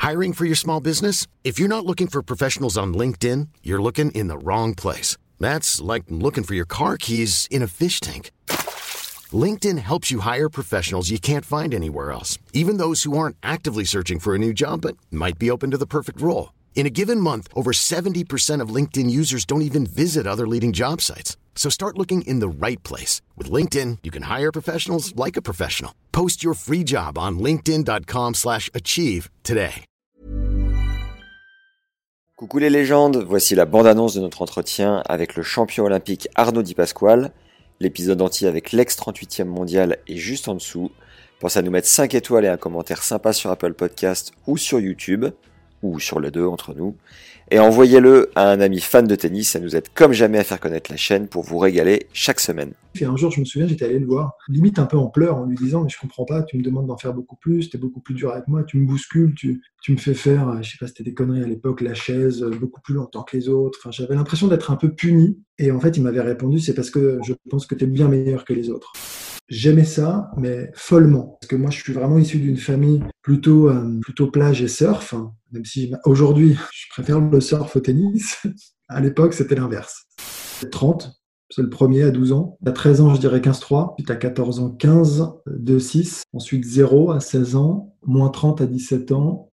Hiring for your small business? If you're not looking for professionals on LinkedIn, you're looking in the wrong place. That's like looking for your car keys in a fish tank. LinkedIn helps you hire professionals you can't find anywhere else, even those who aren't actively searching for a new job but might be open to the perfect role. In a given month, over 70% of LinkedIn users don't even visit other leading job sites. So start looking in the right place. With LinkedIn, you can hire professionals like a professional. Post your free job on linkedin.com/achieve today. Coucou les légendes, voici la bande-annonce de notre entretien avec le champion olympique Arnaud Di Pasquale. L'épisode entier avec l'ex-38e mondial est juste en dessous. Pensez à nous mettre 5 étoiles et un commentaire sympa sur Apple Podcast ou sur YouTube, ou sur les deux entre nous. Et envoyez-le à un ami fan de tennis, ça nous aide comme jamais à faire connaître la chaîne pour vous régaler chaque semaine. Et un jour, je me souviens, j'étais allé le voir, limite un peu en pleurs, en lui disant « Mais je comprends pas, tu me demandes d'en faire beaucoup plus, t'es beaucoup plus dur avec moi, tu me bouscules, tu me fais faire, je sais pas, c'était des conneries à l'époque, la chaise, beaucoup plus longtemps que les autres. » Enfin, j'avais l'impression d'être un peu puni. Et en fait, il m'avait répondu « C'est parce que je pense que t'es bien meilleur que les autres. » J'aimais ça, mais follement. Parce que moi, je suis vraiment issu d'une famille plutôt plage et surf, hein, même si aujourd'hui, je préfère le surf au tennis. À l'époque, c'était l'inverse. 30, c'est le premier à 12 ans. À 13 ans, je dirais 15-3. Puis à 14 ans, 15, 2-6. Ensuite, 0 à 16 ans, moins 30 à 17 ans,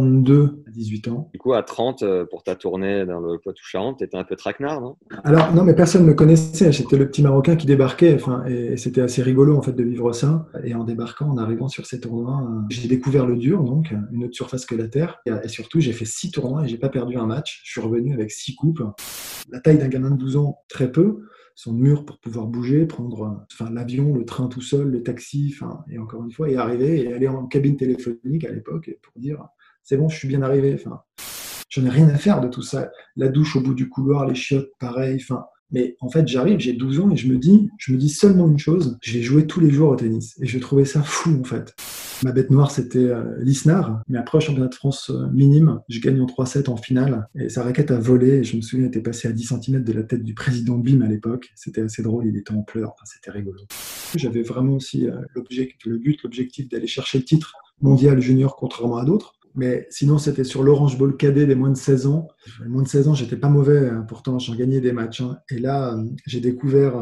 42 à 18 ans. Du coup, à 30, pour ta tournée dans le Poitou-Charentes, t'étais un peu traquenard, non ? Alors, non, mais personne ne me connaissait. J'étais le petit Marocain qui débarquait. Et c'était assez rigolo, en fait, de vivre ça. Et en débarquant, en arrivant sur ces tournois, j'ai découvert le dur, donc, une autre surface que la terre. Et surtout, j'ai fait 6 tournois et j'ai pas perdu un match. Je suis revenu avec 6 coupes. La taille d'un gamin de 12 ans, très peu. Son mur pour pouvoir bouger, prendre l'avion, le train tout seul, le taxi, et encore une fois, et arriver et aller en cabine téléphonique à l'époque pour dire c'est bon, je suis bien arrivé. J'en ai rien à faire de tout ça. La douche au bout du couloir, les chiottes, pareil. Mais en fait, j'arrive, j'ai 12 ans et je me dis seulement une chose, je vais jouer tous les jours au tennis. Et je trouvais ça fou, en fait. Ma bête noire, c'était l'Isnar. Mais après, au championnat de France minime, je gagne en 3-7 en finale. Et sa raquette a volé. Et je me souviens, elle était passée à 10 cm de la tête du président Bim à l'époque. C'était assez drôle, il était en pleurs. C'était rigolo. J'avais vraiment aussi l'objectif d'aller chercher le titre mondial junior, contrairement à d'autres. Mais sinon, c'était sur l'Orange Bowl cadet des moins de 16 ans. Les moins de 16 ans, j'étais pas mauvais, hein, pourtant j'en gagnais des matchs. Hein. Et là, j'ai découvert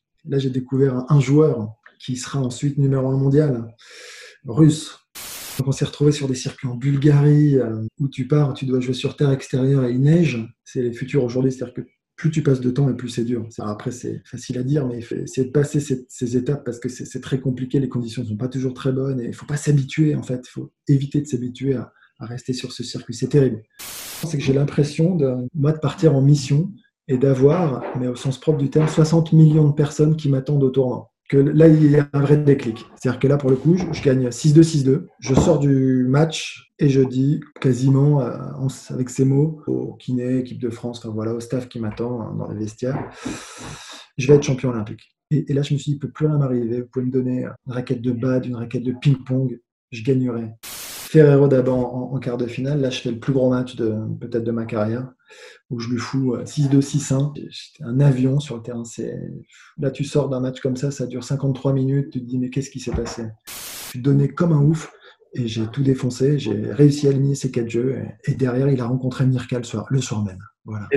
un joueur qui sera ensuite numéro 1 mondial, russe. Donc on s'est retrouvé sur des circuits en Bulgarie, où tu pars, tu dois jouer sur terre extérieure et il neige. C'est les futurs aujourd'hui, c'est-à-dire que plus tu passes de temps et plus c'est dur. Après, c'est facile à dire, mais il faut essayer de passer ces étapes parce que c'est très compliqué, les conditions ne sont pas toujours très bonnes et il ne faut pas s'habituer, en fait. Il faut éviter de s'habituer à rester sur ce circuit. C'est terrible. C'est que j'ai l'impression de partir en mission et d'avoir, mais au sens propre du terme, 60 millions de personnes qui m'attendent au tournant. Que là, il y a un vrai déclic. C'est-à-dire que là, pour le coup, je gagne 6-2, 6-2. Je sors du match et je dis quasiment, avec ces mots, au kiné, équipe de France, au staff qui m'attend dans les vestiaires, je vais être champion olympique. Et là, je me suis dit, il ne peut plus rien m'arriver. Vous pouvez me donner une raquette de bad, une raquette de ping-pong, je gagnerai. Ferrero d'abord en quart de finale. Là, je fais le plus gros match peut-être de ma carrière, où je lui fous 6-2, 6-1. J'étais un avion sur le terrain. Là, tu sors d'un match comme ça dure 53 minutes. Tu te dis, mais qu'est-ce qui s'est passé ? Je suis donné comme un ouf et j'ai tout défoncé. J'ai réussi à aligner ces 4 jeux. Et derrière, il a rencontré Mirka le soir même. Voilà.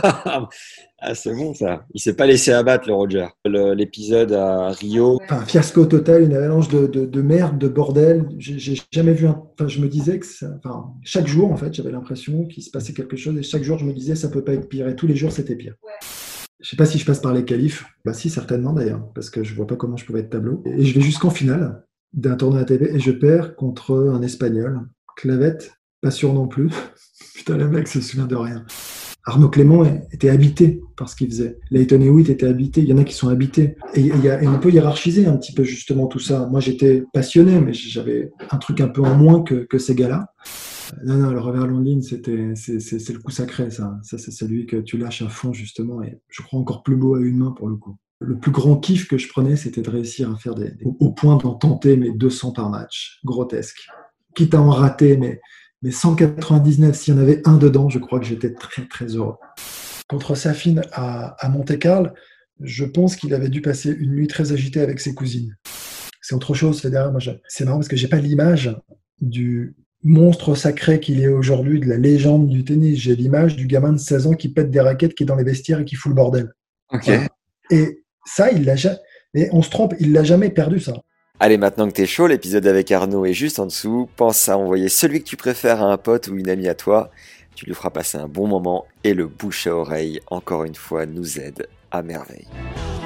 Ah, c'est bon ça. Il s'est pas laissé abattre, le Roger. L'épisode à Rio. Fiasco total, une avalanche de merde, de bordel. J'ai jamais vu je me disais que chaque jour, en fait, j'avais l'impression qu'il se passait quelque chose et chaque jour, je me disais ça peut pas être pire. Et tous les jours, c'était pire. Je sais pas si je passe par les qualifs. Si, certainement d'ailleurs, parce que je vois pas comment je pouvais être tableau. Et je vais jusqu'en finale d'un tournoi ATP et je perds contre un Espagnol. Clavette, pas sûr non plus. Putain, le mec se souvient de rien. Arnaud Clément était habité par ce qu'il faisait. Lleyton Hewitt était habité. Il y en a qui sont habités. Et on peut hiérarchiser un petit peu justement tout ça. Moi, j'étais passionné, mais j'avais un truc un peu en moins que ces gars-là. Non, le revers long de ligne, c'est le coup sacré, ça. Ça, c'est celui que tu lâches à fond, justement. Et je crois encore plus beau à une main, pour le coup. Le plus grand kiff que je prenais, c'était de réussir à faire au point d'en tenter mes 200 par match. Grotesque. Quitte à en rater, mais 199, s'il y en avait un dedans, je crois que j'étais très, très heureux. Contre Safin à Monte-Carlo, je pense qu'il avait dû passer une nuit très agitée avec ses cousines. C'est autre chose, c'est derrière. C'est marrant parce que j'ai pas l'image du monstre sacré qu'il est aujourd'hui, de la légende du tennis. J'ai l'image du gamin de 16 ans qui pète des raquettes, qui est dans les vestiaires et qui fout le bordel. Ok. Voilà. Et ça, il l'a jamais. Mais on se trompe, il l'a jamais perdu, ça. Allez, maintenant que t'es chaud, l'épisode avec Arnaud est juste en dessous. Pense à envoyer celui que tu préfères à un pote ou une amie à toi. Tu lui feras passer un bon moment et le bouche à oreille, encore une fois, nous aide à merveille.